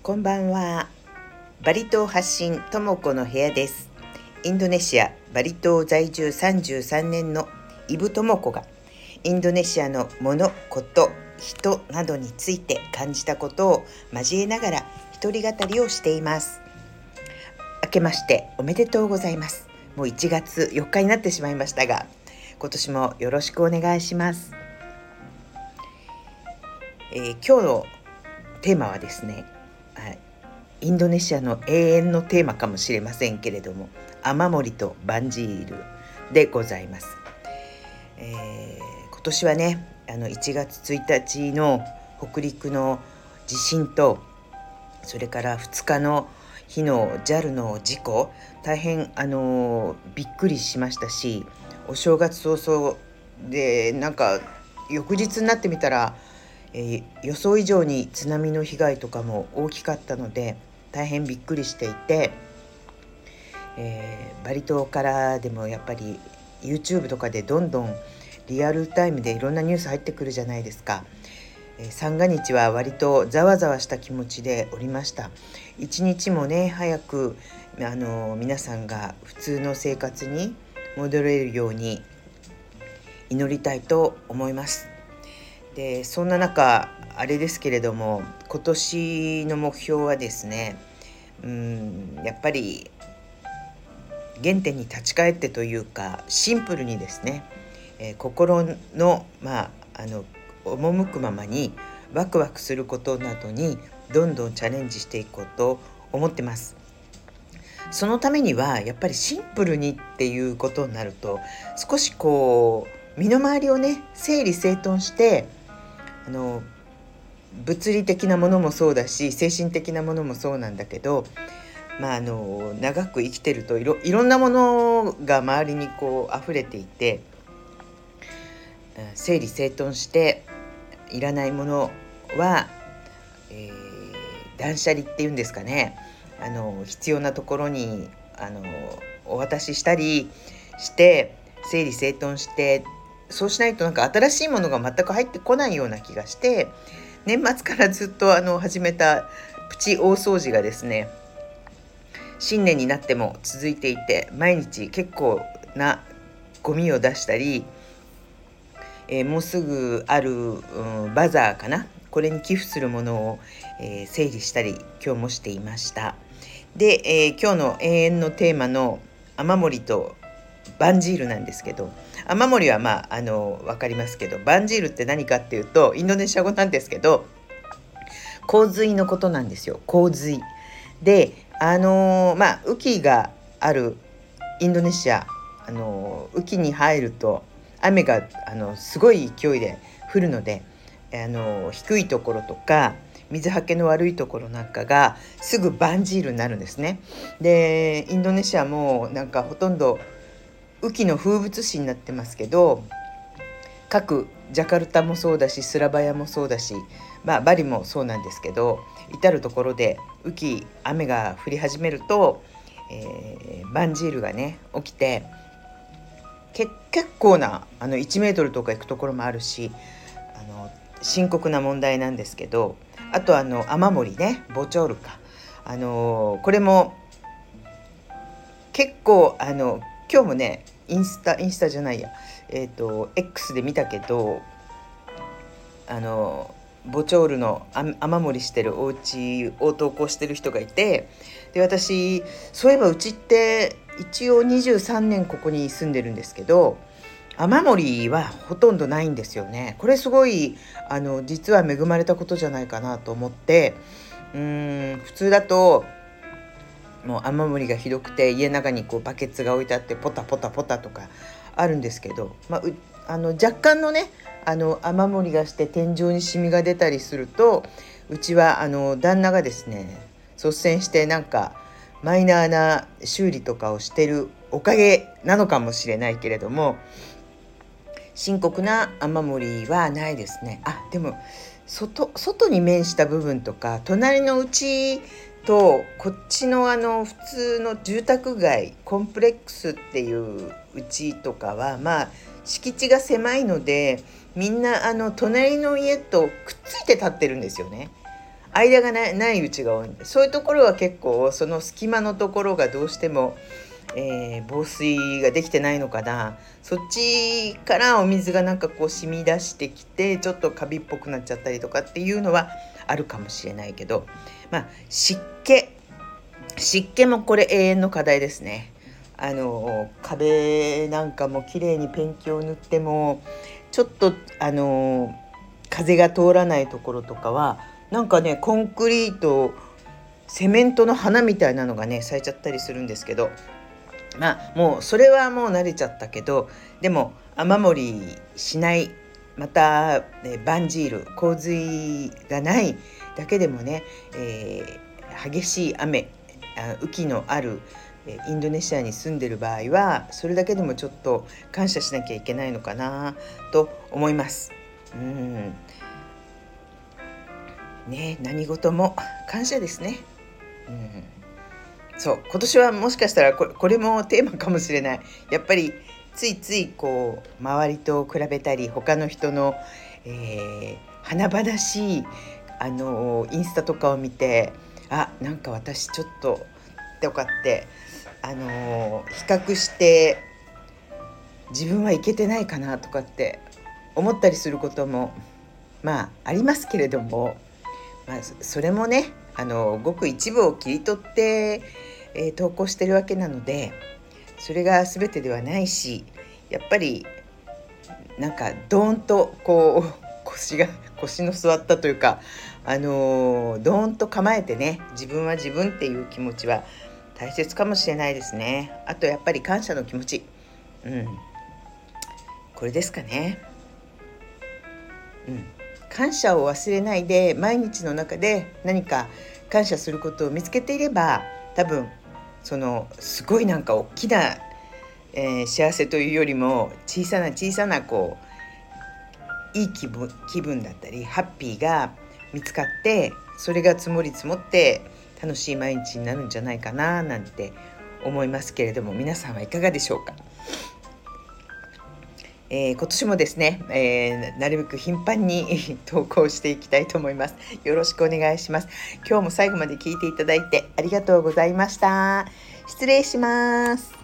こんばんは。バリ島発信ともこの部屋です。インドネシアバリ島在住33年のイブともこがインドネシアの物事人などについて感じたことを交えながら一人語りをしています。明けましておめでとうございます。もう1月4日になってしまいましたが、今年もよろしくお願いします。今日のテーマはですね、インドネシアの永遠のテーマかもしれませんけれども、雨漏りとバンジールでございます。今年はね、1月1日の北陸の地震と、それから2日の日の JAL の事故、大変びっくりしましたし、お正月早々でなんか翌日になってみたら、予想以上に津波の被害とかも大きかったので大変びっくりしていて、バリ島からでもやっぱり YouTube とかでどんどんリアルタイムでいろんなニュース入ってくるじゃないですか。三が日は割とざわざわした気持ちでおりました。一日もね早く皆さんが普通の生活に戻れるように祈りたいと思います。でそんな中あれですけれども、今年の目標はですね、やっぱり原点に立ち返ってというか、シンプルにですね、心の赴くままにワクワクすることなどにどんどんチャレンジしていこうと思ってます。そのためにはやっぱりシンプルにっていうことになると、少し身の回りをね整理整頓して、物理的なものもそうだし精神的なものもそうなんだけど、長く生きてるといろんなものが周りに溢れていて、整理整頓していらないものは、断捨離っていうんですかね、必要なところにお渡ししたりして整理整頓して、そうしないとなんか新しいものが全く入ってこないような気がして、年末からずっと始めたプチ大掃除がですね、新年になっても続いていて、毎日結構なゴミを出したり、もうすぐある、バザーかな、これに寄付するものを、整理したり今日もしていました。で、今日の永遠のテーマの雨漏りとバンジールなんですけど、雨漏りは分かりますけど、バンジールって何かっていうとインドネシア語なんですけど、洪水のことなんですよ。洪水で雨季があるインドネシア、雨季に入ると雨がすごい勢いで降るので、低いところとか水はけの悪いところなんかがすぐバンジールになるんですね。でインドネシアもなんかほとんど雨季の風物詩になってますけど、各ジャカルタもそうだしスラバヤもそうだし、バリもそうなんですけど、至る所で雨季雨が降り始めると、バンジールがね起きて、結構な1メートルとか行くところもあるし、深刻な問題なんですけど、あと雨漏りね、ボチョールか、これも結構今日もねインスタじゃないや、X で見たけど、ボチョールの雨漏りしてるお家を投稿してる人がいて、で私そういえばうちって一応23年ここに住んでるんですけど、雨漏りはほとんどないんですよね。これすごい実は恵まれたことじゃないかなと思って、普通だともう雨漏りがひどくて家の中にバケツが置いてあってポタポタポタとかあるんですけど、若干のね雨漏りがして天井にシミが出たりすると、うちは旦那がですね率先してなんかマイナーな修理とかをしてるおかげなのかもしれないけれども、深刻な雨漏りはないですね。でも外に面した部分とか隣のうちとこっちの普通の住宅街コンプレックスっていううちとかは敷地が狭いので、みんな隣の家とくっついて建ってるんですよね。 間がないうちが多いんで、そういうところは結構その隙間のところがどうしても、防水ができてないのかな。そっちからお水がなんかこう染み出してきてちょっとカビっぽくなっちゃったりとかっていうのはあるかもしれないけど、湿気もこれ永遠の課題ですね。壁なんかも綺麗にペンキを塗ってもちょっと風が通らないところとかはなんかね、コンクリートセメントの花みたいなのがね咲いちゃったりするんですけど、もうそれはもう慣れちゃったけど、でも雨漏りしない、また、バンジール洪水がないだけでもね、激しい雨、雨季のあるインドネシアに住んでる場合はそれだけでもちょっと感謝しなきゃいけないのかなと思います。何事も感謝ですね。そう、今年はもしかしたらこれもテーマかもしれない。やっぱりついついこう周りと比べたり他の人の、華々しいインスタとかを見て、なんか私ちょっととかって比較して自分はいけてないかなとかって思ったりすることもありますけれども、それもねごく一部を切り取って、投稿してるわけなので、それが全てではないし、やっぱりなんかドーンとこう腰の座ったというか、ドーンと構えてね、自分は自分っていう気持ちは大切かもしれないですね。あとやっぱり感謝の気持ち、これですかね。感謝を忘れないで毎日の中で何か感謝することを見つけていれば、多分そのすごいなんか大きな、幸せというよりも小さなこういい気分だったりハッピーが見つかって、それが積もり積もって楽しい毎日になるんじゃないかななんて思いますけれども、皆さんはいかがでしょうか。今年もですね、なるべく頻繁に投稿していきたいと思います。よろしくお願いします。今日も最後まで聞いていただいてありがとうございました。失礼します。